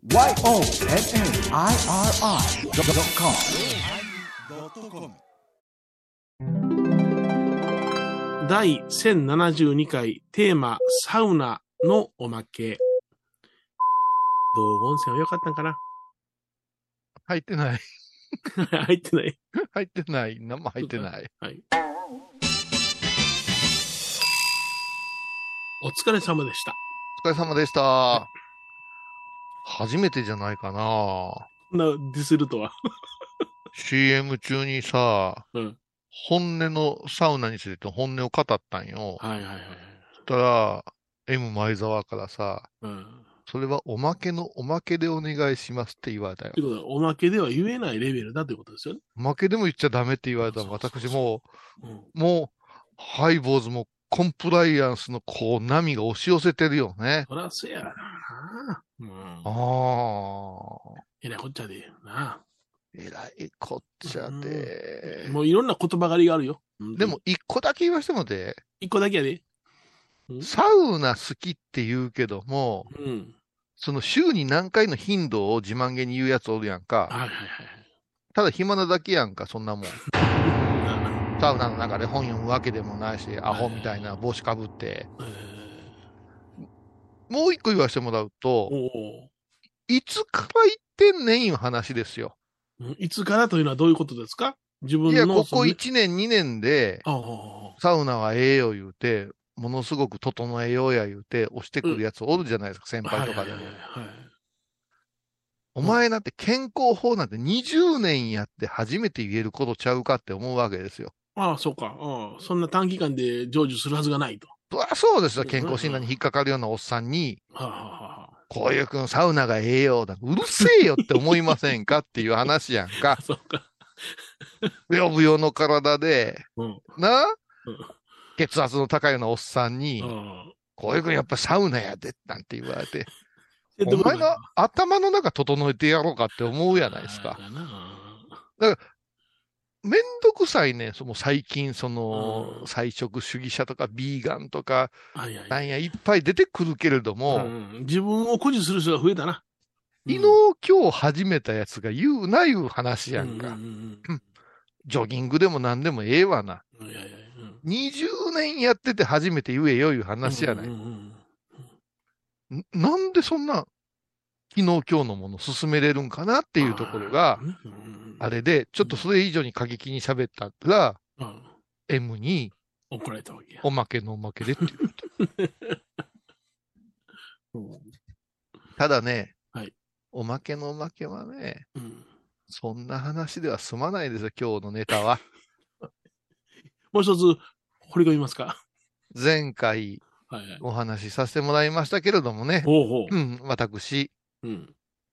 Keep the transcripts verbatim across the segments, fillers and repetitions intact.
ワイオーエヌエヌアイアールアイドットコム第せんななじゅうにかいテーマサウナのおまけ。道後温泉は良かったんかな。 入ってない。 入ってない。 入ってない。何も入ってない。 はい。お疲れ様でした。 お疲れ様でした。はい、初めてじゃないかな。 な、ディスるとは。 シーエム 中にさ、うん、本音のサウナについて本音を語ったんよ。 はいはいはい。 そしたら、M 前澤からさ、うん、それはおまけのおまけでお願いしますって言われたよ。 ということは、おまけでは言えないレベルだということですよね。 おまけでも言っちゃダメって言われたら、私もう、うん、もう、ハイボーズもコンプライアンスのこう波が押し寄せてるよね。 そらせやな。うん、ああ。 えらいこっちゃでな。 えらいこっちゃで、 うん。もういろんな言葉狩りがあるよ。 でも一個だけ言わせてもで。 一個だけやで。 サウナ好きって言うけども、うん、その週に何回の頻度を自慢げに言うやつおるやんか。 はいはいはい。 ただ暇なだけやんか、そんなもん。サウナの中で本読むわけでもないし、アホみたいな帽子かぶって。もう一個言わせてもらうと、いつから言ってんねんいう話ですよ。 いつからというのはどういうことですか？自分の。 いや、ここいちねん、にねんで、サウナはええよ言うて、ものすごく整えようや言うて、押してくるやつおるじゃないですか、先輩とかでも。お前なんて健康法なんてにじゅうねんやって初めて言えることちゃうかって思うわけですよ。 ああ、そうか。ああ、そんな短期間で成就するはずがないと。 そりゃそうですよ、健康診断に引っかかるようなおっさんに、こういうくんサウナがええよだ、うるせえよって思いませんかっていう話やんか。 そうか。 ぶよぶよの体で、うん、な、うん、血圧の高いようなおっさんに、うん、こういうくんやっぱサウナやで、なんて言われて、お前の頭の中整えてやろうかって思うやないですか。だから、めんどくさいね、その最近、その、菜食主義者とか、ビーガンとか、なんや、いっぱい出てくるけれども、うん、 自分を誇示する人が増えたな。 昨日、今日始めたやつが言うないう話やんか。ジョギングでも何でもええわな。いやいや、うん、にじゅうねんやってて初めて言えよいう話やない。なんでそんな、昨日今日のもの進めれるんかなっていうところが、あれで、ちょっとそれ以上に過激に喋ったら、うん、M に、 怒られたわけや。 おまけのおまけでって言うと。ただね、はい、おまけのおまけはね、うん、そんな話では済まないですよ、今日のネタは。 もう一つ、掘り込みますか。 前回、お話しさせてもらいましたけれどもね、 ほうほう、 うん、私、うん、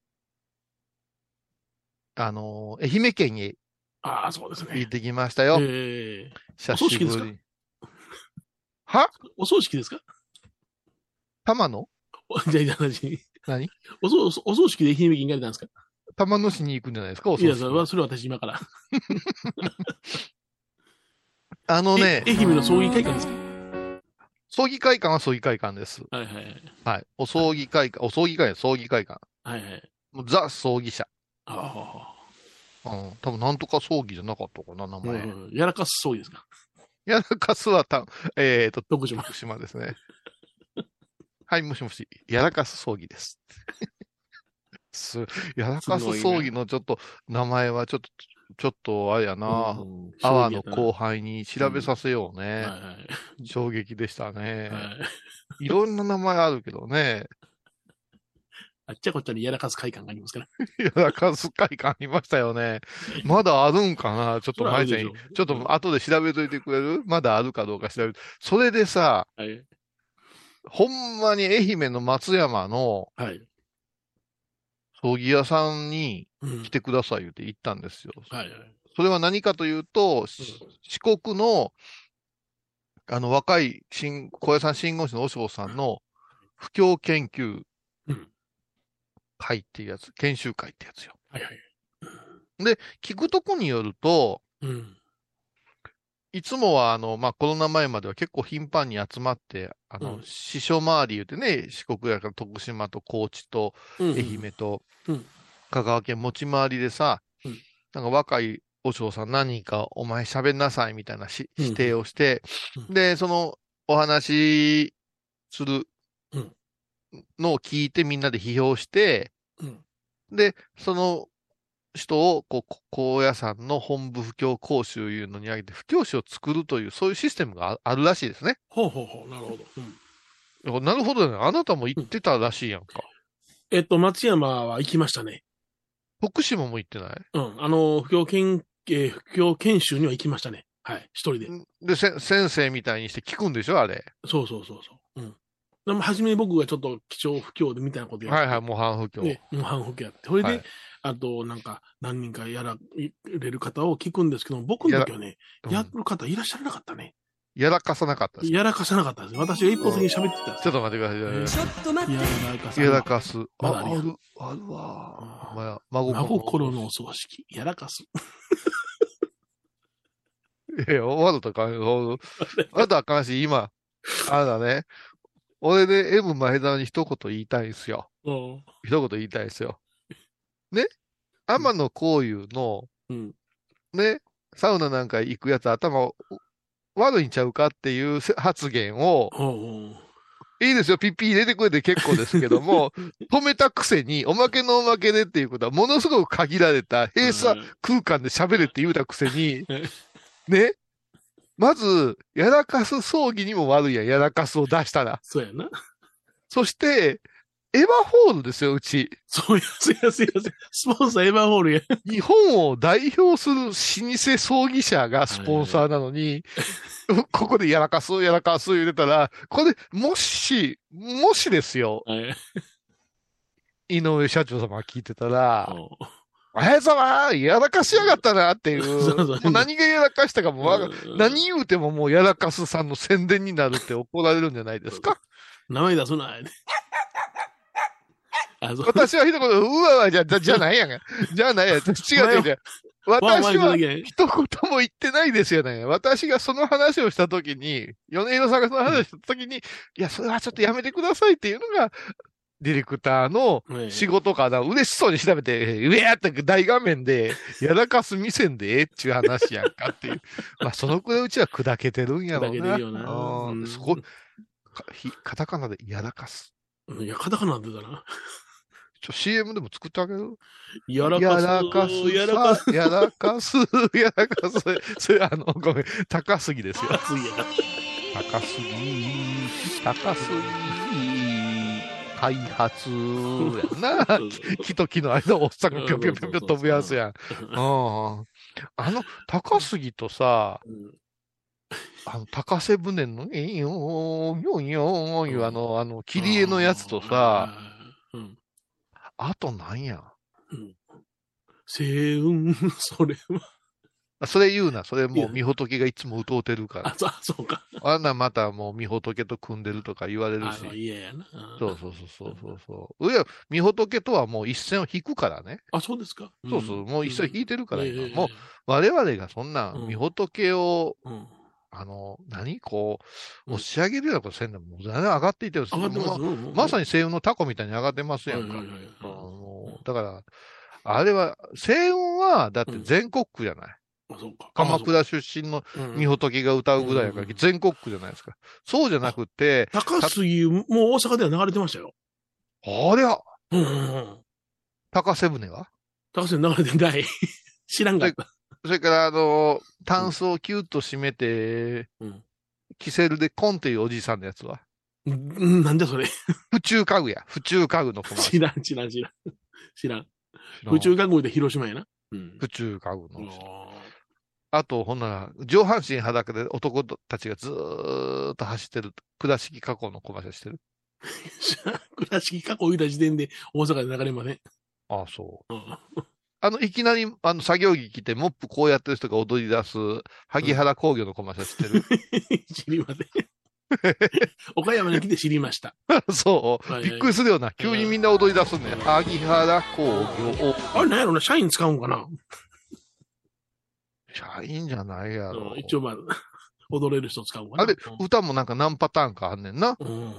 あのー、愛媛県へああ、そうですね。 行ってきましたよ。 えー、 久しぶり。 はお葬式ですか？ 玉野じゃあ、じゃあ、 何お葬お葬式で愛媛県行かれたんですか？ 玉野市に行くんじゃないですか、お葬式。 いや、それは、それは私今から。 あのね。 愛媛の葬儀会館ですか？ 葬儀会館は葬儀会館です。 はいはいはい。 はい。お葬儀会館、お葬儀会館、葬儀会館。 はいはい。 もうザ葬儀社。 ああ。うん。多分なんとか葬儀じゃなかったかな、名前。 うん、やらかす葬儀ですか？ やらかすはた、えっ、ー、と、 徳島。 徳島ですね。はい、もしもし。やらかす葬儀です。す、やらかす葬儀のちょっと、名前はちょっと、ちょっと、あれやな、うんうん、阿波の後輩に調べさせようね。うんはいはい、衝撃でしたね、はい。いろんな名前あるけどね。 あっちゃこっちゃにやらかす会館がありますから。 やらかす会館ありましたよね。まだあるんかなちょっと前に、ちょっと後で調べといてくれる、まだあるかどうか調べる。それでさ、はい、ほんまに愛媛の松山の、はい葬儀屋さんに来てください言って行ったんですよ。うんはいはい、それは何かというと、うん、四国の、あの、若い新、小屋さん新言師のおしぼさんの布教研究会っていうやつ、研修会ってやつよ。はいはい、で、聞くとこによると、うん、 いつもは、あの、まあ、コロナ前までは結構頻繁に集まって、あの、 うん師匠周り言うてね、四国やから徳島と高知とうん。 愛媛とうん香川県持ち回りでさ、 うんなんか若いお嬢さん何人かお前喋んなさいみたいなしうん指定をして、 うんで、そのお話しするうんのを聞いてみんなで批評して、 うん。 で、その人を、こう、高野山の本部布教講習いうのに挙げて、布教師を作るという、そういうシステムがああるらしいですね。 ほうほうほう。なるほど。うん。 なるほどね。あなたも行ってたらしいやんか。 えっと、松山は行きましたね。 徳島も行ってないうん。あの、不況研、えー不況研修には行きましたね。はい。一人で。 で、せ、先生みたいにして聞くんでしょあれ。 そうそうそうそう。うん。でも、初めに僕がちょっと気象不況でみたいなことやって。 はいはい、模範布教。 で、模範不況やって。それで、 はいあと、なんか、何人かやられる方を聞くんですけど、僕の時はね、 うんやる方いらっしゃらなかったね。 やらかさなかったですか。 やらかさなかったです。私が一方的に喋ってたんですちょっと待ってください。 ちょっと待って。やらかさやらかす。 まだあるあある、あるわ。 あお前、孫真心のお葬式。やらかす。 いや、わざとかんよ。あなたあかんし、今、あれだね。俺で M 前澤に一言言いたいんすよ。 うん。 一言言いたいんですよ。ね天野幸雄の、 うん。 ね、サウナなんか行くやつ頭悪いんちゃうかっていうせ発言を、 おうおういいですよ、ピッピ入れてくれて結構ですけども、止めたくせに、おまけのおまけでっていうことは、ものすごく限られた閉鎖空間で喋れって言うたくせに、ね、まず、やらかす葬儀にも悪いやん、やらかすを出したら。 そうやな。 そして、エヴァホールですよ、うち。 そうや、すやすやすや。スポンサーエヴァホールや。 日本を代表する老舗葬儀社がスポンサーなのに、ここでやらかす、やらかす言うてたら、これ、もし、もしですよ、井上社長様が聞いてたら、おはようさまやらかしやがったなっていう、 そうそうもう何がやらかしたかもわか何言うてももうやらかすさんの宣伝になるって怒られるんじゃないですか。 名前出すな。あそう私は一言、うわうわ、じゃ、じゃじゃないやんか。じゃないやん。違う違う違う。私は一言も言ってないですよね。私がその話をしたときに、米広さんがその話をしたときに、いや、それはちょっとやめてくださいっていうのが、ディレクターの仕事かな。嬉しそうに調べて、うえーって大画面で、やらかす店んでええっていう話やんかっていう。まあ、そのくらいうちは砕けてるんやろうな。 砕けてるよなうん、すごい。かひカタカナでやらかす。 いや、カタカナでだな。 ちょ、シーエム でも作ってあげるやらかす。 やらかす。やらかす。やらかす。やらかす。それ、あの、ごめん。高すぎですよ。 高すぎやな。 高すぎ。高すぎ。開発やんな。木と木の間をおっさんがぴょぴょぴょぴょ飛ぶやつやん。うん。あの、高杉とさ、あの、高瀬船の、えんよー、よんよー、いうあの、あの、切り絵のやつとさ、あとなんや。 星雲、それは。 それ言うな。それもう、みほとけがいつも歌うてるから。 あ、そう、そうか。 あんなまたもう、みほとけと組んでるとか言われるし。 あ、嫌やな。 そうそうそうそうそう。いや、みほとけとはもう一線を引くからね。 あ、そうですか。 そうそう。もう一線引いてるから今。もう、我々がそんな、みほとけを、あの、何こう、押し上げるようなことせんでも、全然上がっていってるんですよ。まさに星雲のタコみたいに上がってますやんか。だから、あれは、星雲は、だって全国区じゃない。鎌倉出身のみほとけが歌うぐらいやから、全国区じゃないですか。そうじゃなくて。 高杉、もう大阪では流れてましたよ。 ありゃ。高瀬船は高瀬流れてない。知らんかった。 それから、あの、タンスをキュッと締めて、キセルでコンっていうおじさんのやつは。 んなんでそれ。 府中家具や。府中家具のコマーシャル。 知らん、知らん、知らん。知らん。府中家具で広島やな。 府中家具の。あと、ほんなら、上半身裸で男たちがずーっと走ってる、倉敷加工のコマーシャルしてる。 倉敷加工言うた時点で大阪で流れません。 ああ、そう。あの、いきなり、あの、作業着着て、モップこうやってる人が踊り出す、萩原工業のコマーシャル知ってる、 知りません。岡山に来て知りました。 そう、はいはい。びっくりするよな。急にみんな踊り出すね。萩原工業。 あれ、なんやろな、社員使うんかな。 じゃあいいんじゃないやろ。 うん、一応まあ、踊れる人使うかな。 あれ、歌もなんか何パターンかあんねんな。 うんうんうん。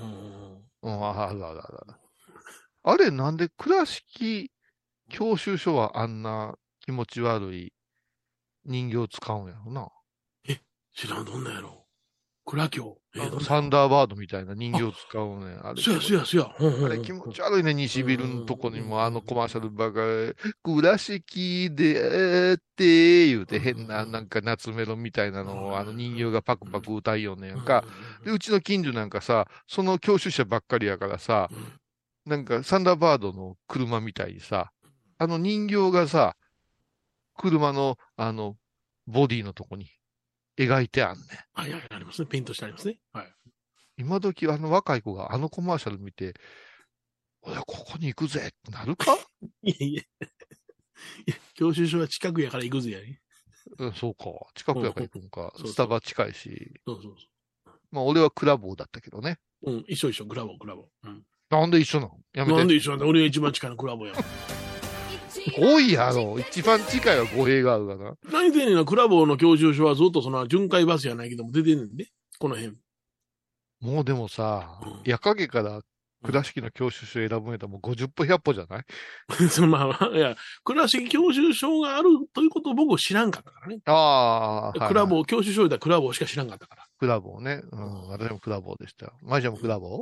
うん、あるあるある。あれ、なんで倉敷教習所はあんな気持ち悪い人形使うんやろな。 え、知らん、どんなんやろ。倉京。えー、 サンダーバードみたいな人形使うね。あれ。 そやそやそや。 あれ気持ち悪いね、西ビルのとこにもあのコマーシャルばかり、倉敷でって言うて変ななんか夏メロみたいなのをあの人形がパクパク歌いよんねやんか。で、うちの近所なんかさ、その教習車ばっかりやからさ、なんかサンダーバードの車みたいにさ、あの人形がさ、車のあの、ボディのとこに描いてあんねん。 はいはい、ありますね。ペイントしてありますね。はい。 今時あの若い子があのコマーシャル見て、俺ここに行くぜってなるかいやいや。いや、教習所は近くやから行くぜやね。 うん、そうか。近くやから行くんか。 うん、 スタバ近いし。 そうそうそう。 まあ俺はクラボーだったけどね。 うん、一緒一緒、クラボ、クラボ。うん。 なんで一緒なのやめて。 なんで一緒なんだ俺が一番近いのクラボやん。 多いやろ。一番近いは語弊があるがな。 何でんねんな、クラボの教習所はずっとその巡回バスやないけども出てんねんで、この辺。 もうでもさ、 うん、 夜影から倉敷の教習所選ぶんやったらもうごじゅっぽひゃっぽじゃないそのまあ、いや、倉敷教習所があるということを僕は知らんかったからね。 ああ、はい、はい。 クラボー、教習所やったらクラボーしか知らんかったから。 クラボーね。うん、私もクラボーでしたよ。マジャもクラボー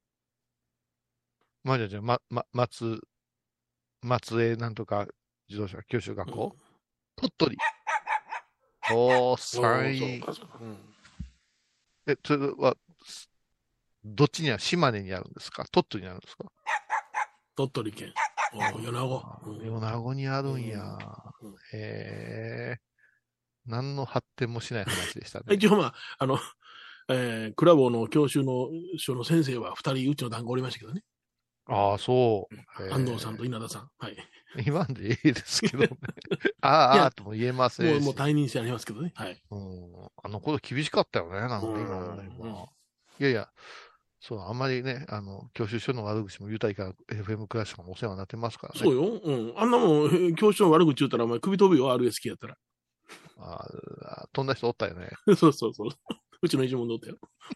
マジャじゃ、ま、ま、松、松江なんとか自動車教習学校、うん、鳥取。おー、さんい。うん、え、それは、どっちには、島根にあるんですか鳥取にあるんですか鳥取県。米子。 米子にあるんや。うんうん、へえ。何の発展もしない話でしたね。 一応まあ、あの、えー、クラボの教習の所の先生は二人うちの団子おりましたけどね。 ああ、そう。 安藤さんと稲田さん。はい。 言わんでいいですけどね。ああ、ああとも言えませんし。 もう、もう退任してありますけどね。はい。 うん。あの頃厳しかったよね。なんか今思えば。いやいや、そう、あんまりね、あの、教習所の悪口も言うたいから、エフエム クラシックもお世話になってますからね。 そうよ。うん。あんなもん、教習の悪口言うたら、お前首飛ぶよ、アールエス 好きやったら。 ああ、飛んだ人おったよね。 そうそうそう。うちの一門でおったよ。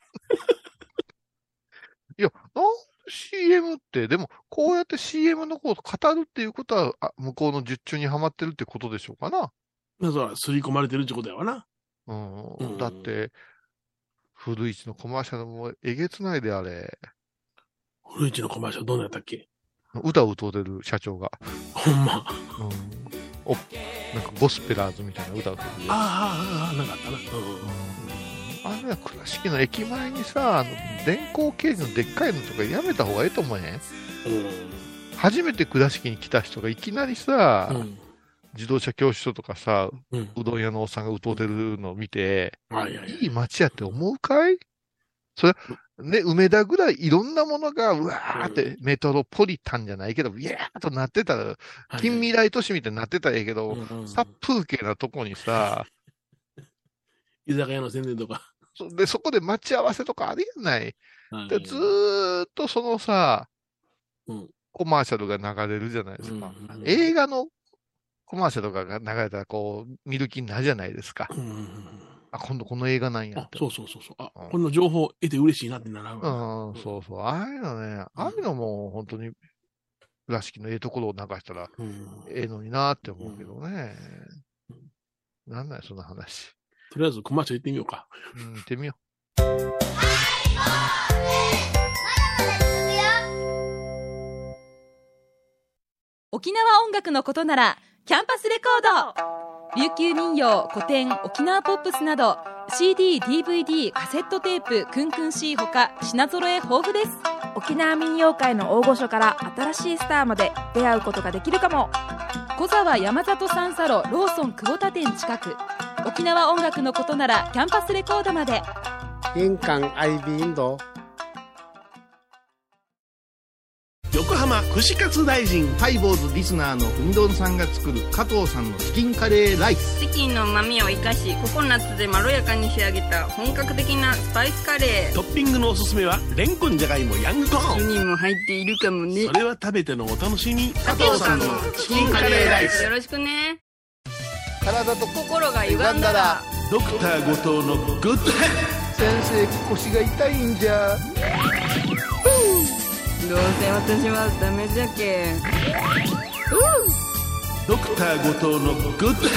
いや、なん シーエム って、でも、こうやって シーエム のこと語るっていうことは、あ向こうの術中にはまってるってことでしょうかな。 まあ、そら、刷り込まれてるってことやわな。 うん。うん、だって、古市のコマーシャルもえげつないであれ。 古市のコマーシャルどんなやったっけ？ 歌を歌うてる社長が。 ほんま。 うん。お、なんかゴスペラーズみたいな歌を歌うてる。 ああ、ああ、なんかあったな。 うん。あれは倉敷の駅前にさ、あの電光掲示のでっかいのとかやめた方がいいと思えへん？うん。初めて倉敷に来た人がいきなりさ、うん、自動車教習所とかさ、うん、うどん屋のおっさんが歌うてるのを見て、はいはいはい、いい街やって思うかい？それ、ね、梅田ぐらいいろんなものが、うわーってメトロポリタンじゃないけど、イエーっとなってたら、近未来都市みたいになってたらええけど、殺風景なとこにさ、 居酒屋の宣伝とか。 で、そこで待ち合わせとかありえない。でずーっとそのさ、うん、コマーシャルが流れるじゃないですか。うんうん、映画のコマーシャルが流れたらこう、見る気になるじゃないですか。うんうんうん、あ、今度この映画なんやって。 そうそうそうそう。あ、うん、こんな情報得て嬉しいなってなるわ。うん、そうそう。ああいうのね、ああいうのも本当に、倉敷のええところを流したら、ええのになって思うけどね。うん、なんない、そんな話。 とりあえずコマーシャル行ってみようか。 うん、行ってみよう。 沖縄音楽のことならキャンパスレコード、琉球民謡、古典、沖縄ポップスなど シーディー、ディーブイディー、カセットテープ、クンクン C ほか品揃え豊富です。 沖縄民謡界の大御所から新しいスターまで出会うことができるかも。 小沢山里三佐路ローソン久保田店近く。沖縄音楽のことならキャンパスレコードまで。 印鑑アイビーインド横浜串カツ大臣ハイボーズリスナーのうみどんさんが作る加藤さんのチキンカレーライス。 チキンの旨味を生かしココナッツでまろやかに仕上げた本格的なスパイスカレー。 トッピングのおすすめはレンコン、じゃがいも、ヤングコーン。 にも入っているかもね。 それは食べてのお楽しみ。 加藤さんのチキンカレーライス。よろしくね。 体と心が歪んだらドクター後藤のグッドヘッ先生腰が痛いんじゃ。 どうせ私はダメじゃけ。 ドクター後藤のグッドヘッ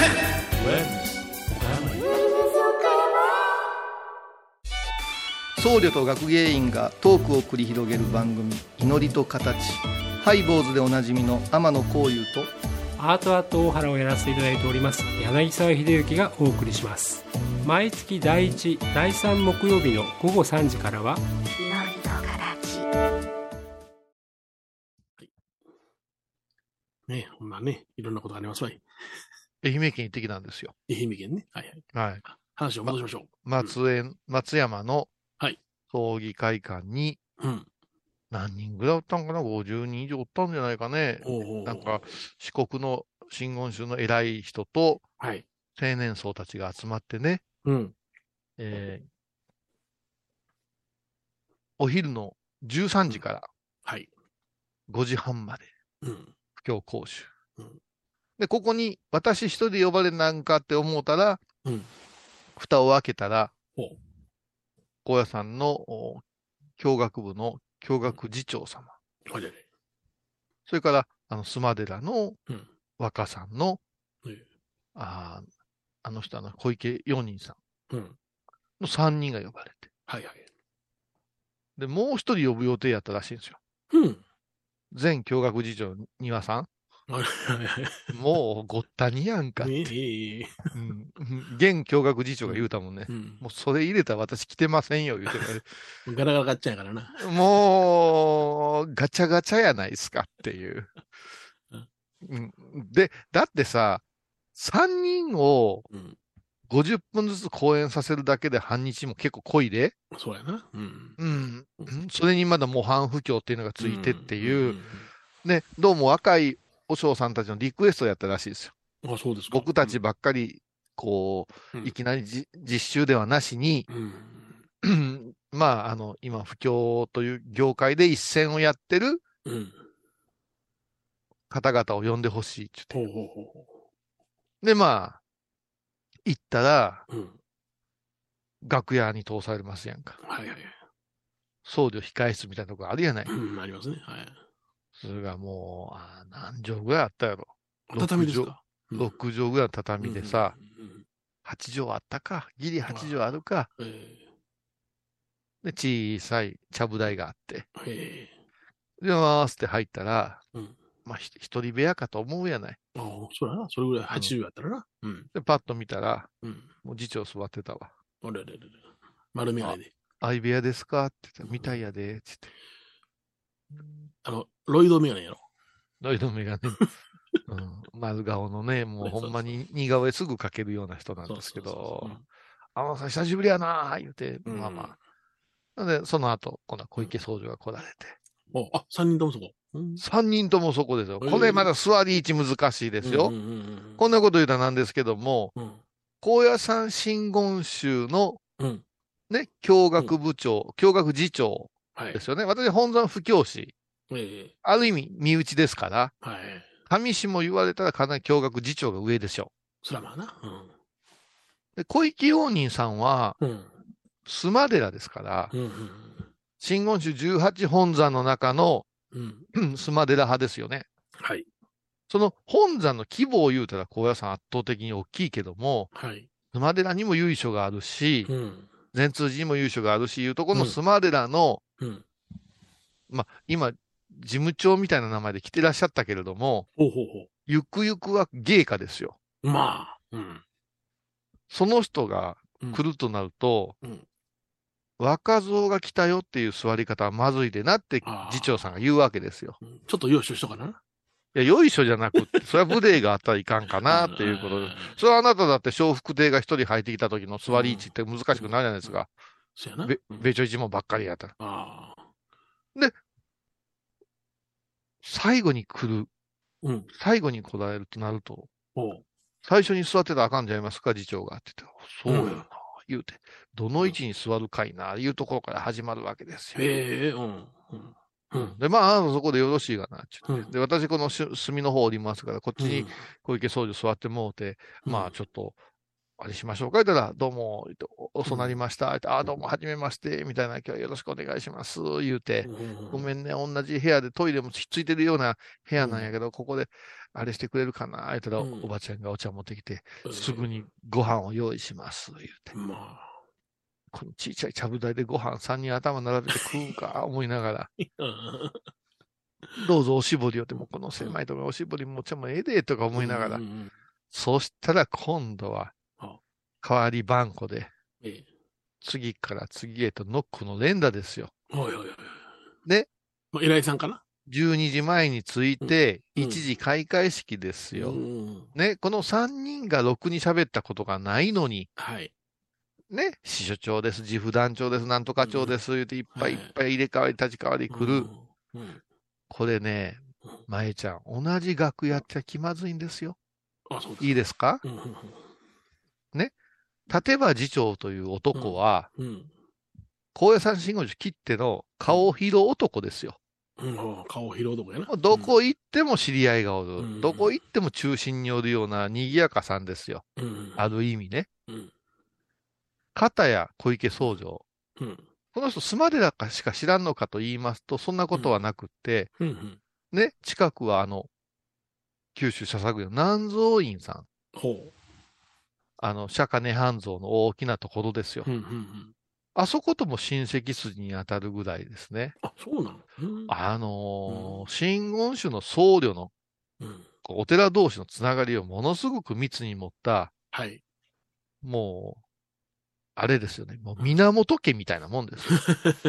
僧侶と学芸員がトークを繰り広げる番組「祈りと形」。ハイボーズでおなじみの天野幸雄とアートアート大原をやらせていただいております柳沢秀幸がお送りします。毎月だいいち、だいさん木曜日の午後さんじからは祈りと形。 ね、ほんまね、いろんなことがありますわい。 愛媛県行ってきたんですよ。 愛媛県ね。はいはい。 はい。 話を戻しましょう。 ま、松江、うん、松山のはい葬儀会館に、 うん、 何人ぐらいおったんかな ?ごじゅう 人以上おったんじゃないかね。 おうおうおう、 なんか、四国の真言宗の偉い人と、 はい、 青年僧たちが集まってね、 うん、 えー、お昼のじゅうさんじからごじはんまで、 うん、 布教講習、 うん。 で、ここに私一人呼ばれなんかって思うたら、 うん、 蓋を開けたら、高野山の教学部の教学次長様。 はいはい、 それから、あの、須磨寺の若さんの、 うん、 あ, あの人、あの、小池よにんさんのさんにんが呼ばれて。 はいはい。 で、もう一人呼ぶ予定やったらしいんですよ。 うん。 前教学次長、庭さん。もうごったにやんかって、えーうん。現教学次長が言うたもんね。うん、もうそれ入れたら私来てませんよ、言うてね。 ガラガラガッチャやからな。 もう、ガチャガチャやないですかっていう。うん、で、だってさ、さんにんをごじゅっぷんずつ講演させるだけで半日も結構濃いで。 そうやな。うん。 うん。それにまだ模範布教っていうのがついてっていう。うんうんうん、で、どうも若い和尚さんたちのリクエストやったらしいですよ。 あ、そうですか。 僕たちばっかり、こう、うん、いきなりじ実習ではなしに、うん、まあ、あの、今、布教という業界で一線をやってる方々を呼んでほしいって言って。ほうほうほう。で、まあ、行ったら、うん、楽屋に通されますやんか。はいはい。僧侶控室みたいなとこあるやない。 うん、ありますね。はい。 それがもう、あ何畳ぐらいあったやろ。 畳ですか？ ろく畳ぐらいの畳でさ、はち畳あったか。ギリはち畳あるか。で、小さいちゃぶ台があって。で、わーすって入ったら、うん、まあ、一人部屋かと思うやない。 ああ、そうやな。それぐらいはちじゅうやったらな。 うん。で、パッと見たら、うん、もう次長座ってたわ。 あれあれあれ。丸見ないで。 相部屋ですかって言ったら、見たいやで、って言って。 あの、ロイドメガネやろ。 ロイドメガネ。うん、丸顔のね、もうほんまに似顔絵すぐ描けるような人なんですけど、あのさん久しぶりやなー言うて、うん、まあまあ。で、その後、今度は小池総女が来られて。 うん、あ、三人ともそこ。 三、うん、人ともそこですよ。これまだ座り位置難しいですよ。こんなこと言うたらなんですけども、うん、高野山真言宗の、うん、ね、教学部長、うん、教学次長ですよね。はい、私、本山布教師。えー、ある意味、身内ですから、はい、上下も言われたらかなり教学次長が上でしょう。 そらまあな。うん、 で小池応仁さんは、うん、須磨寺ですから、うんうん、真言宗じゅうはち本山の中の、うん、須磨寺派ですよね。はい。その本山の規模を言うたら、高野山圧倒的に大きいけども、はい、須磨寺にも由緒があるし、うん、善通寺にも由緒があるし、いうところの須磨寺の、うんうん、まあ、今、事務長みたいな名前で来てらっしゃったけれども、ほうほうほうゆくゆくは芸家ですよ。まあ、うん。その人が来るとなると、うんうん、若造が来たよっていう座り方はまずいでなって次長さんが言うわけですよ。 ちょっとよいしょしとかな。 いや、よいしょじゃなくって、それは武礼があったらいかんかなっていうことで。それはあなただって笑福亭が一人入ってきた時の座り位置って難しくないじゃないですか。 そうやな。 べ、べちょ一門ばっかりやったら。あで、最後に来る。うん。最後に来られるとなると。最初に座ってたらあかんじゃいますか、次長が。って言って、そうやな、うん、言うて。どの位置に座るかいな、いうところから始まるわけですよ。へえ、うん。うんうん。 で、まあ、あのそこでよろしいがな、ちゅって、 うんで、私、このし隅の方おりますから、こっちにうん小池総理座ってもうて、 うんまあ、ちょっと、あれしましょうか言ったら、どうも、言うてお遅なりました。言うてあ、どうも、はじめまして、みたいな、今日はよろしくお願いします。言うて、 うんごめんね、同じ部屋でトイレもひっついてるような部屋なんやけど、ここで、あれしてくれるかな言ったら、 うんおばちゃんがお茶持ってきて、 うんすぐにご飯を用意します。言うて。 まあ。 このちっちゃいちゃぶ台でご飯さんにん頭並べて食うんか、思いながら、どうぞおしぼりをって、もうこの狭いところおしぼりもお茶もええで、とか思いながらうん、うんうんそしたら今度はあ、 代わり番号で、 ええ。 次から次へとノックの連打ですよ。 はいはいはい。 で、 まあ、偉いさんかなじゅうにじまえに着いて、 うんいちじ開会式ですよ。 うんね、このさんにんがろくに喋ったことがないのに、 はい。 ね、支所長です、自府団長です、なんとか長です、言うていっぱいいっぱい入れ替わり立ち替わり来る。 うんうんこれね、まえちゃん、同じ楽屋って気まずいんですよ。 あ、そうですいいですかうんうん立場次長という男は、 うん高野山信号樹切っての顔広男ですよ。 うんうん。顔広いとこやな。 どこ行っても知り合いがおる。 うんどこ行っても中心におるような賑やかさんですよ。 うんある意味ね。 うん片や小池総長。 うんこの人、スマデラかしか知らんのかと言いますと、そんなことはなくって、 うんうん。 ね、近くはあの、九州笹国の南蔵院さん。 ほう。 あの、釈迦根半蔵の大きなところですよ。 うんうんうん。 あそことも親戚筋に当たるぐらいですね。 あ、そうなのうんあのー、真言宗の僧侶のうん。 お寺同士のつながりをものすごく密に持った、 はい。 もう、あれですよね。もう源家みたいなもんですよ。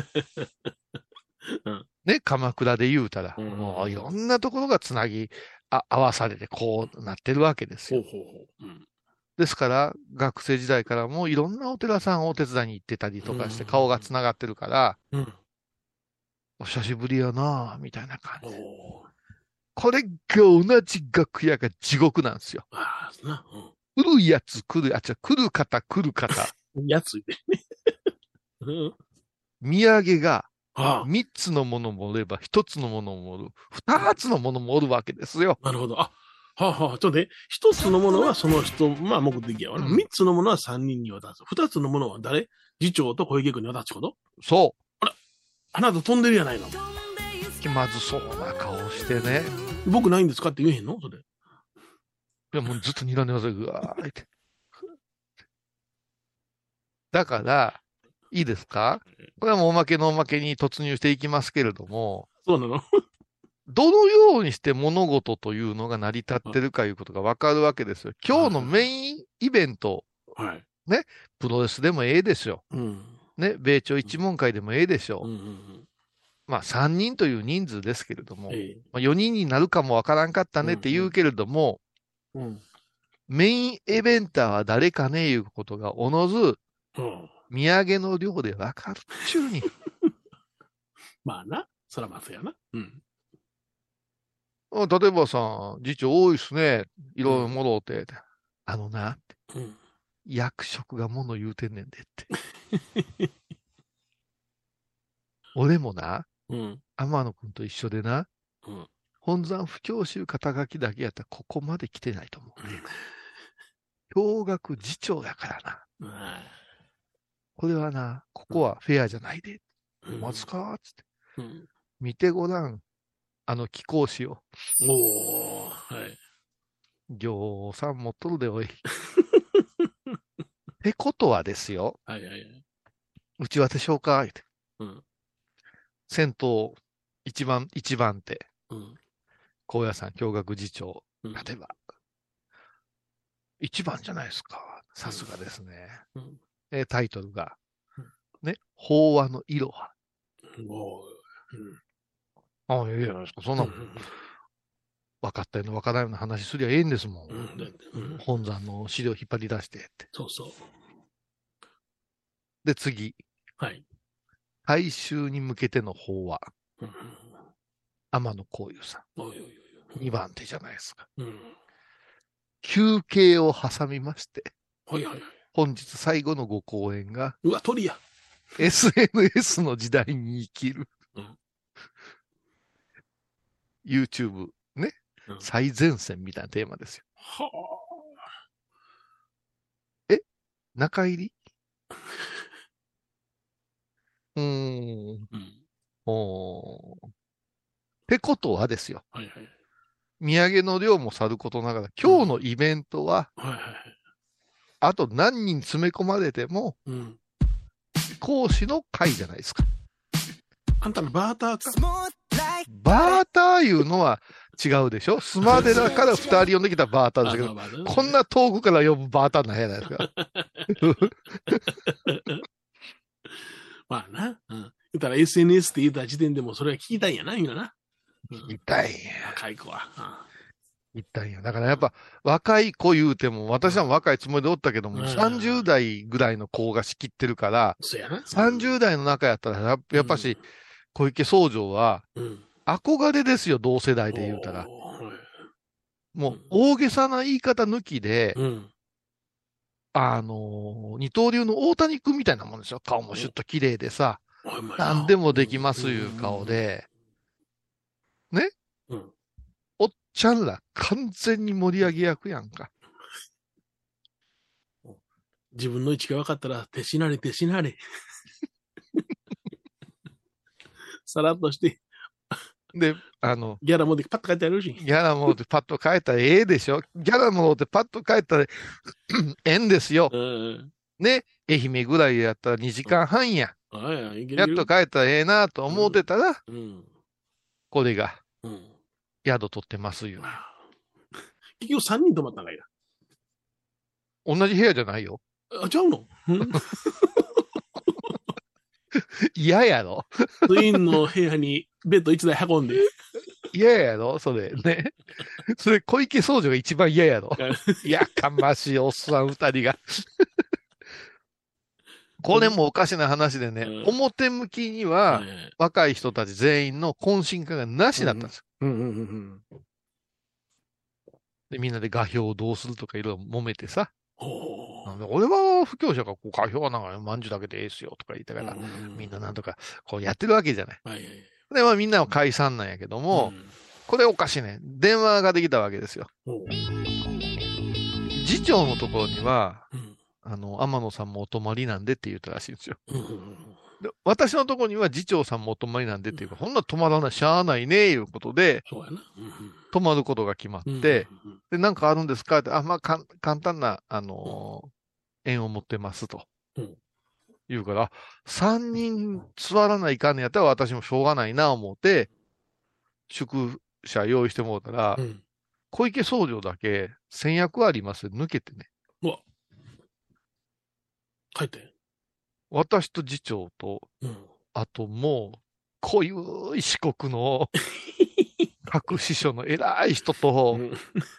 うんね、鎌倉で言うたら、 うんもういろんなところがつなぎ、あ、合わされてこうなってるわけですよ。 ほうほうほう。うんですから、学生時代からもいろんなお寺さんをお手伝いに行ってたりとかしてうん顔がつながってるから、 うん。 お久しぶりやなぁ、みたいな感じ。 おーこれが同じ楽屋が地獄なんですよ。 ああ、な。 来るやつ来る、あ、違う、来る方来る方。 うん。やついてね。うん。 土産があ三つのものもおれば一つのものもおる。二つのものもおるわけですよ。 あ、なるほど。あ、はあ、はあ、ちょっとね、一つのものはその人、まあ目的やわな。 うん三つのものは三人に渡す。二つのものは誰次長と小池君に渡すことそあなた飛んでるやないの。 う。気まずそうな顔してね。 僕ないんですかって言えへんのそれ。 いや、もうずっと睨んでますよ。うわーって。だから、いいですかこれはもうおまけのおまけに突入していきますけれども、 そうなのどのようにして物事というのが成り立ってるかいうことがわかるわけですよ。今日のメインイベント、 はい。 プロレスでもええですよ。 うん。 ね、米朝一門会でもええでしょう。 うんうんうん。 まあさんにんという人数ですけれども、 ええ。 まあ、よにんになるかもわからんかったねって言うけれども、 うん。 メインイベンターは誰かねいうことがおのず、 うん。 土産の量でわかるっちゅうに。 まあな。そらまずやな。うん。 あ例えばさ、次長多いっすね。いろいろもろうて。あのな、 うん。 役職がもの言うてんねんでって。俺もな、 うん。 天野くんと一緒でな、 うん。 本山不教習肩書きだけやったらここまで来てないと思うね。教学次長やからな。 あこれはな、ここはフェアじゃないで。 あうんまずかつって。 うん。 見てごらん。あの貴公子を。 おー。はい。 行さん持っとるでおい。ってことはですよ。 はいはいはい。 うちわでしょうか言うて。 うん。 先頭、一番、一番手。 うん。 高野山教学次長。 うん例えば。一番じゃないですか。さすがですね。 うん。 えータイトルがうん。 ね。法話のいろは。 おー。 ああ、いいじゃないですか。そんなもん、分かったような分からないような話すりゃええんですもん。 うん。うん。だってうん。 本山の資料引っ張り出してって。 そうそう。 で、次。 はい。 大衆に向けての法話。 うん。 天野幸雄さおいおいおいおん。 い。 にばん手じゃないですか。 うん。 休憩を挟みまして、 はいはいはい。 本日最後のご講演が、 うわ、鳥や。 エスエヌエス の時代に生きる。 うん YouTube ね、うん、最前線みたいなテーマですよ。はあ。え中入りうーん。うん、おー。ってことはですよ。はいはい。土産の量もさることながら、今日のイベントは、うん、はいはいはい。あと何人詰め込まれても、うん、講師の会じゃないですか。 あんたのバーターか。 バーターいうのは違うでしょ。スマデラから二人呼んできたバーターですけど、こんな遠くから呼ぶバーターなんやないですか。 まあな。うん。言ったら エスエヌエス って言った時点でもそれは聞きたいんやな、みんなな。 聞きたいんや。 若い子は。 聞きたいんや。だからやっぱ若い子言うても、私は若いつもりでおったけども、うん、さんじゅう代ぐらいの子が仕切ってるから、そうやな。さんじゅう代の中やったらや、やっぱし、うん、小池総長は、憧れですよ、同世代で言うたら。もう、大げさな言い方抜きで、うん、あのー、二刀流の大谷君みたいなもんですよ。顔もシュッと綺麗でさ、何でもできますいう顔で、ね、うん、おっちゃんら完全に盛り上げ役やんか。 自分の位置が分かったら、手しなれ、手しなれ。さらっとして。 で、あの、 ギャラ持ってパッと帰ってやるし。 ギャラ持ってパッと帰ったらええでしょ。ギャラ持ってパッと帰ったらええんですよ。うん、ね、愛媛ぐらいやったらにじかんはんや。うん、やっと帰ったらええなと思ってたら、うんうん、これが、うん、宿取ってますよ。 結局さんにん泊まったんかいな。 同じ部屋じゃないよ。 あ、ちゃうの嫌やろツインの部屋にベッドいちだい運んで。 嫌やろそれね。それ小池総長が一番嫌やろ。やかましいおっさん二人が。これもおかしな話でね、うん、表向きには、若い人たち全員の懇親会がなしだったんですよ。で、みんなで画標をどうするとかいろいろ揉めてさ。俺は不況者がこう画標はなんかまんじゅうだけでええっすよとか言ったから、みんななんとかこうやってるわけじゃない。はいはい、で、まあみんなは解散なんやけども、うん、これおかしいね。電話ができたわけですよ。次長のところには、うん、あの、天野さんもお泊まりなんでって言ったらしいんですよ。うんうんうん、で私のところには次長さんもお泊まりなんでっていうか、うん、そんな泊まらない、しゃあないね、いうことで、そうやな。うんうん、泊まることが決まって、うんうんうん、で、なんかあるんですかって、あ、まあ、か簡単な、あのー、うん縁を持ってますと。うん、言うから、さんにん座らないかんねやったら私もしょうがないな思って、宿舎用意してもらったら、うん、小池総長だけ先約あります抜けてね。うわ。 帰って。 私と次長と、うん、あともう、濃ゆい四国の各支所の偉い人と、うん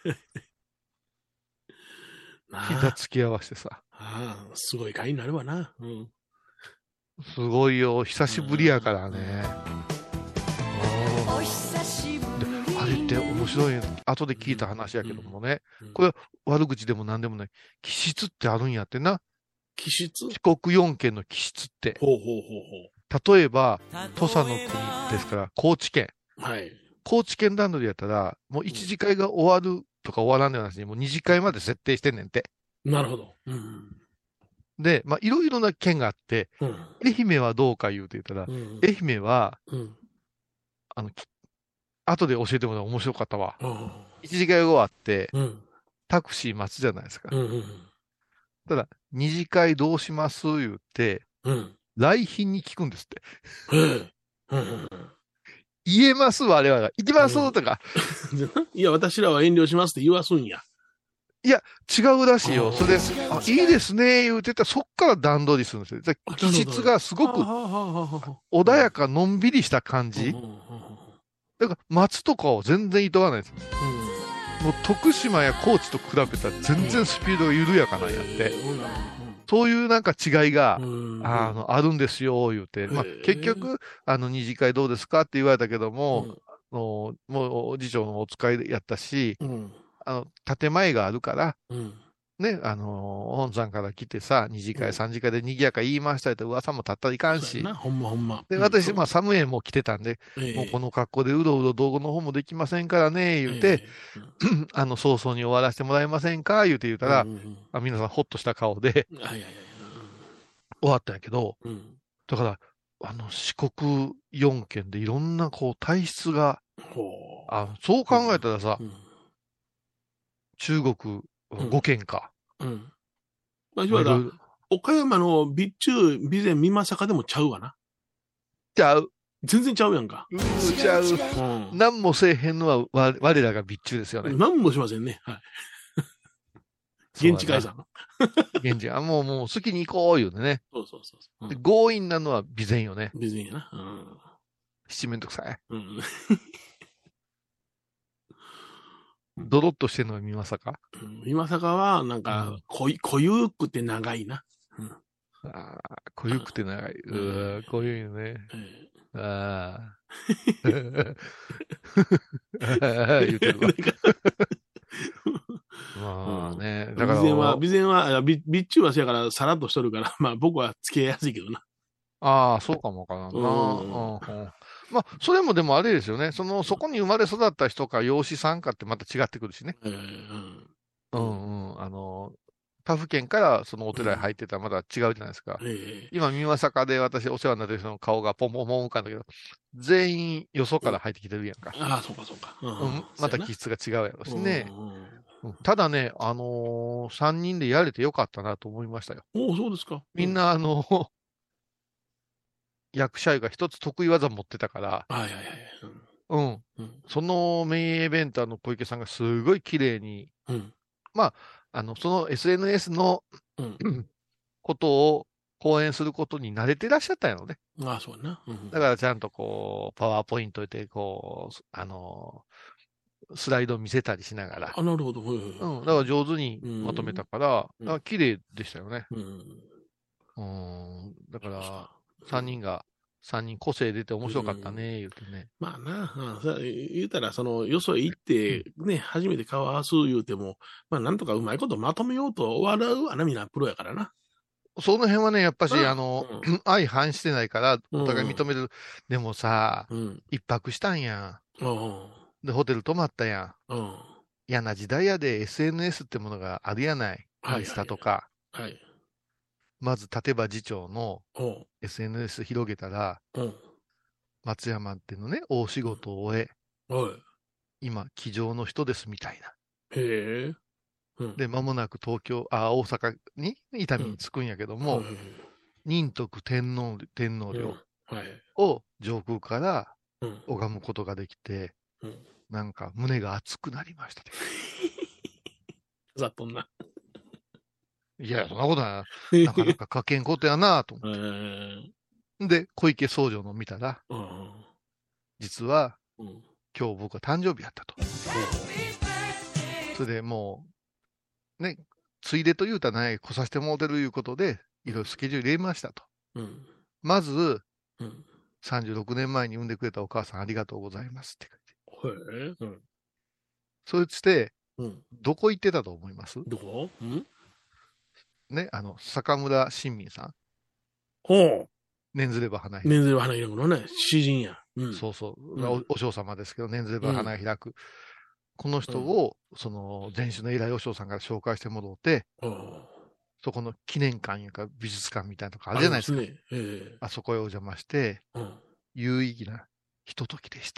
膝つき合わせてさ。 ああ、すごい会になるわな。うん。 すごいよ。久しぶりやからね。お久しぶり。あれって面白い。後で聞いた話やけどもね。うんうん、これ悪口でも何でもない。気質ってあるんやってな。 気質？ 四国四県の気質って。ほうほうほうほう。例えば、土佐の国ですから、高知県。はい。高知県段取りやったら、もう一次会が終わる。とか終わらんのような話に、もう二次会まで設定してんねんて。 なるほど。うん、 で、まあ、いろいろな県があって、うん、愛媛はどうか言うて言ったら、うん、愛媛は、うん、あの、後で教えてもらう面白かったわ。うん、一次会が終わって、うん、タクシー待つじゃないですか。うんうん、ただ、二次会どうします言うて、うん、来賓に聞くんですって。うんうん言えます我々が。行きますとか。 いや、私らは遠慮しますって言わすんや。 いや、違うらしいよ。それ、あ、いいですね、言うてたら、そっから段取りするんですよ。気質がすごく穏やか、のんびりした感じ。だから、松とかを全然厭わないです。もう、徳島や高知と比べたら全然スピードが緩やかなんやって。そういうなんか違いが、あの、あるんですよ、言うて。まあ、結局、あの、二次会どうですかって言われたけども、うん、のもう、次長のお使いやったし、うん、あの、建前があるから、うん、 ね、あのー、本さんから来てさ、二次会、三次会で賑やか言いましたって噂もたったらいかんし。 ほんまほんま。 で、私、まあ、サムエも来てたんで、 ええ、 もうこの格好でうろうろ道後の方もできませんからね、言うて、ええ、あの、早々に終わらせてもらえませんか、言うて言うたら、うんうん、あ皆さんほっとした顔で、はいはいはい、終わったんやけど、うん、だから、あの、四国よん県でいろんな、こう、体質が、あそう考えたらさ、うんうん、中国ご県か。うん。うん、 まあ、いわゆる、岡山の備中、備前、美作でもちゃうわな。 ちゃう。 全然ちゃうやんか。 うん、ちゃう。うん、何もせえへんのは我、我らが備中ですよね。 何もしませんね。はい。現地解散。 現地、あ、もう、もう好きに行こう言うてね。 そうそうそう。 うん、強引なのは備前よね。 備前やな。うん。 七面倒くさい。 うん。 ドロッとしてるのは見まさか、 うん、見まさかは、なんか、濃い、濃ゆくて長いな。うん、 ああ、濃ゆくて長い。うー、濃ゆいよね。うん、ああ。言うてるわ。まあね。だから。 備前は、備前は、備備中はせやからさらっとしとるから、まあ僕は付き合いやすいけどな。 ああ、そうかもわからんな。うんうん、まあ、それもでもあれですよね。その、そこに生まれ育った人か、養子さんかってまた違ってくるしね。うん、うんうん。あの、他府県からそのお寺に入ってたらまだ違うじゃないですか。うん、今、美作で私お世話になってる人の顔がポンポンポン浮かんだけど、全員よそから入ってきてるやんか。 うん、ああ、そうかそうか。 うん、また気質が違うやろしね。うん、ただね、あのー、さんにんでやれてよかったなと思いましたよ。 おお、そうですか。 みんな、あのー、役者が一つ得意技持ってたから、 はいはいはい。 うん。うん、そのメインイベンターの小池さんがすごい綺麗に、うん、まあ、あの、その エスエヌエス の、うん、ことを講演することに慣れてらっしゃったんやろね。 ああ、そうな。うん、 だからちゃんとこう、パワーポイントで、こう、あの、スライド見せたりしながら。 あ、なるほど。 うん。だから上手にまとめたから、うん、だから綺麗でしたよね。うん。うんだから、さんにんが、さんにん個性出て面白かったね、言うてね。 まあな、うん、言うたら、その、よそへ行って、ね、初めて顔合わす言うても、まあなんとかうまいことまとめようと笑うわな、みんなプロやからな。 その辺はね、やっぱし、あの、うん、相反してないから、お互い認める。うん、でもさ、うん、一泊したんや。うんで、ホテル泊まったやん。うん。嫌な時代やで エスエヌエス ってものがあるやない。インスタとか。はい。まず、立場次長の エスエヌエス 広げたら、うん、松山っていうのね、大仕事を終え、うん、今、机上の人ですみたいな。へえ。うん、で、間もなく東京、あ、大阪に、伊丹に着くんやけども、うん、仁徳天皇、天皇陵を上空から拝むことができて、うん、なんか胸が熱くなりました、ね。 ざっとんな。 いや、そんなことない。なかなか書けんことやなと思って。で、小池総女の見たら、うん、実は、うん、今日僕は誕生日やったと。うん、それでもう、ね、ついでと言うたらない来させてもらってるいうことで、いろいろスケジュール入れましたと。うん、まず、うん、さんじゅうろくねんまえに産んでくれたお母さんありがとうございますって書いて。へえ。うん。そして、うん、どこ行ってたと思います？ どこ？うん？ ね、あの、坂村新民さん。 ほう。 念ずれば花開く。念ずれば花開くのね、詩人や。 うん、そうそう、うんお。お嬢様ですけど、念ずれば花開く。うん、この人を、うん、その、前種の偉いお嬢さんから紹介してもらって、うん、そこの記念館やか美術館みたいなとこあるじゃないですか。あ、ねえー、あそこへお邪魔して、うん、有意義なひとときでした。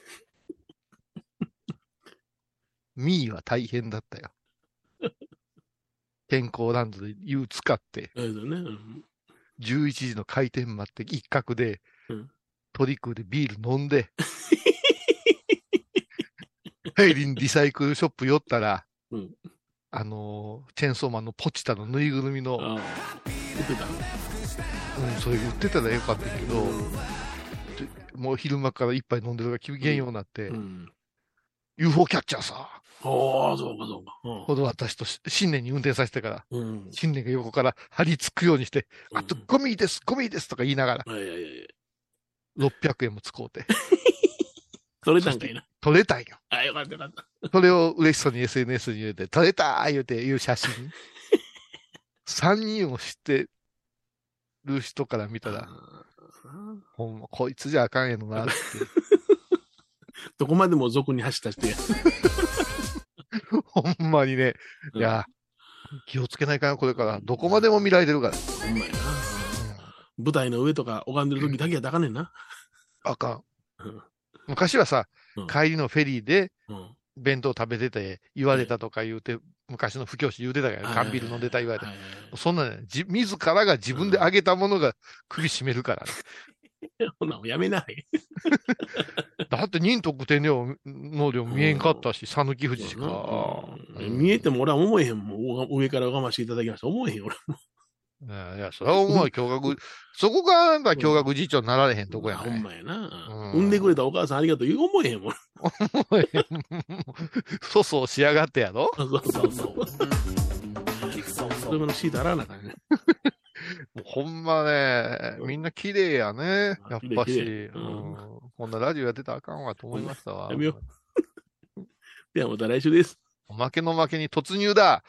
ミーは大変だったよ。健康ランドで湯使って、ねうん、じゅういちじの開店待って一角で、うん、トリクでビール飲んで、帰りにリサイクルショップ寄ったら、うん、あのー、チェーンソーマンのポチタのぬいぐるみの、売ってたうん、それ売ってたらよかったけど、うん、もう昼間から一杯飲んでるから機嫌ようになって、うんうん、ユーフォー キャッチャーさ。 ああ、そうかそうか。 うん、ほど私と新年に運転させてから、うん、新年が横から張り付くようにして、うん、あとゴミです、ゴミですとか言いながら、うん、ろっぴゃくえんも使うて。 撮れたんかいな。 撮れたんよ。 あ、よかったよかった。 それを嬉しそうに エスエヌエス に入れて、撮れたー言うて言う写真。さんにんを知ってる人から見たら、ほんま、こいつじゃあかんやろなって。 どこまでも俗に走ったして。 ほんまにね。いや、気をつけないかな、これから。どこまでも見られてるから。 ほんまやな。舞台の上とか拝んでる時だけやったらあかんねんな。 あかん。昔はさ、帰りのフェリーで、弁当食べてて言われたとか言うて、昔の布教師言うてたから、缶ビール飲んでた言われた。そんなね、じ、自らが自分であげたものが首絞めるからね。 ほな、やめない。 だって仁徳天皇の量見えんかったし、讃岐富士しか。 見えても俺は思えへんもん。上から拝ましていただきました。思えへん、俺も。 いや、いや、それは思う、驚愕。そこがなんか驚愕次長になられへんとこやね。 ほんまやな。産んでくれたお母さんありがとう。思えへんもん。 思えへん。粗相しやがってやろ。 そうそうそう。それものシート洗わなあかんね。 ほんまね、みんな綺麗やね。やっぱし。こんなラジオやってたらあかんわと思いましたわ。 やめよう。ではまた来週です。 おまけの負けに突入だ。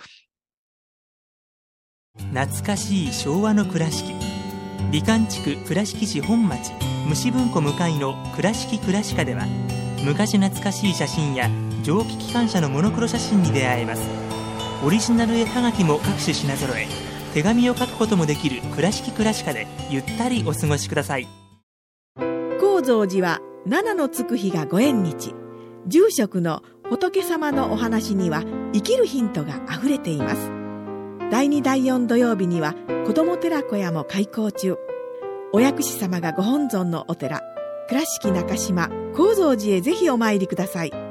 懐かしい昭和の倉敷。美観地区倉敷市本町虫文庫向かいの倉敷倉歯科では、昔懐かしい写真や蒸気機関車のモノクロ写真に出会えます。オリジナル絵はがきも各種品揃え、手紙を書くこともできる倉敷倉歯科でゆったりお過ごしください。 高蔵寺は七のつく日がご縁日。住職の仏様のお話には生きるヒントがあふれています。だいにだいよん土曜日には子ども寺小屋も開校中。お薬師様がご本尊のお寺、倉敷中島・高蔵寺へぜひお参りください。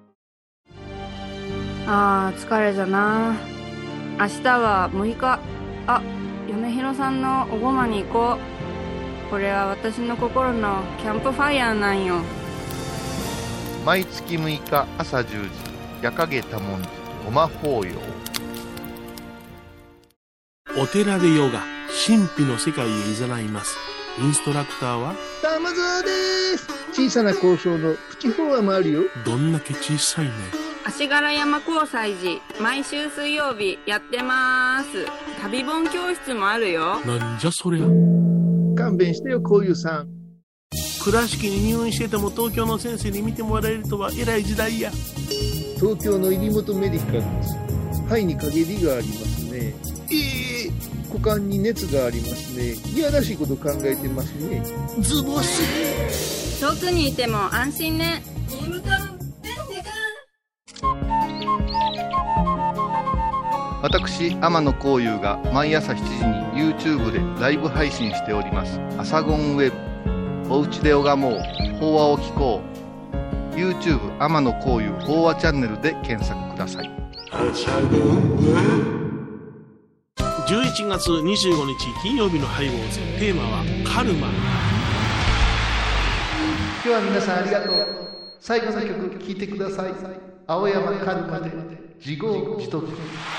あー疲れじゃな。明日はむいか。あ、嫁ひろさんのおごまに行こう。これは私の心のキャンプファイヤーなんよ。 毎月むいか朝じゅうじ、夜影多文字ごま法要。 お寺でヨガ、神秘の世界へ誘います。インストラクターは玉沢です。小さな交渉のプチフォアもあるよ。 どんだけ小さいね。 足柄山交際時、毎週水曜日やってます。旅本教室もあるよ。 なんじゃそりゃ。 勘弁してよ、こういうさん。 倉敷に入院してても東京の先生に見てもらえるとは偉い時代や。 東京の入本メディカルです。肺に陰りがありますね。ええー、股間に熱がありますね。いやらしいこと考えてますね。 ズボス。 遠くにいても安心ね。 私天野幸雄が毎朝しちじに YouTube でライブ配信しておりますアサゴンウェブ。おうちで拝もう、法話を聞こう。 YouTube 天野幸雄法話チャンネルで検索ください。 じゅういちがつにじゅうごにち金曜日のハイボーズ。テーマはカルマ。 今日は皆さんありがとう。最後の曲聴いてください。青山カルマで自業自得。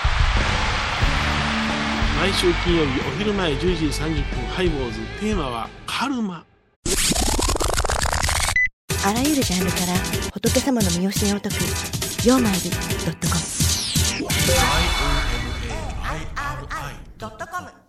毎週金曜日お昼前じゅうじさんじゅっぷん、ハイボーズ。テーマはカルマ。 あらゆるジャンルから仏様の身教えを解くようまいり .com。 アイオーエムエーアイアールアイ ドットコム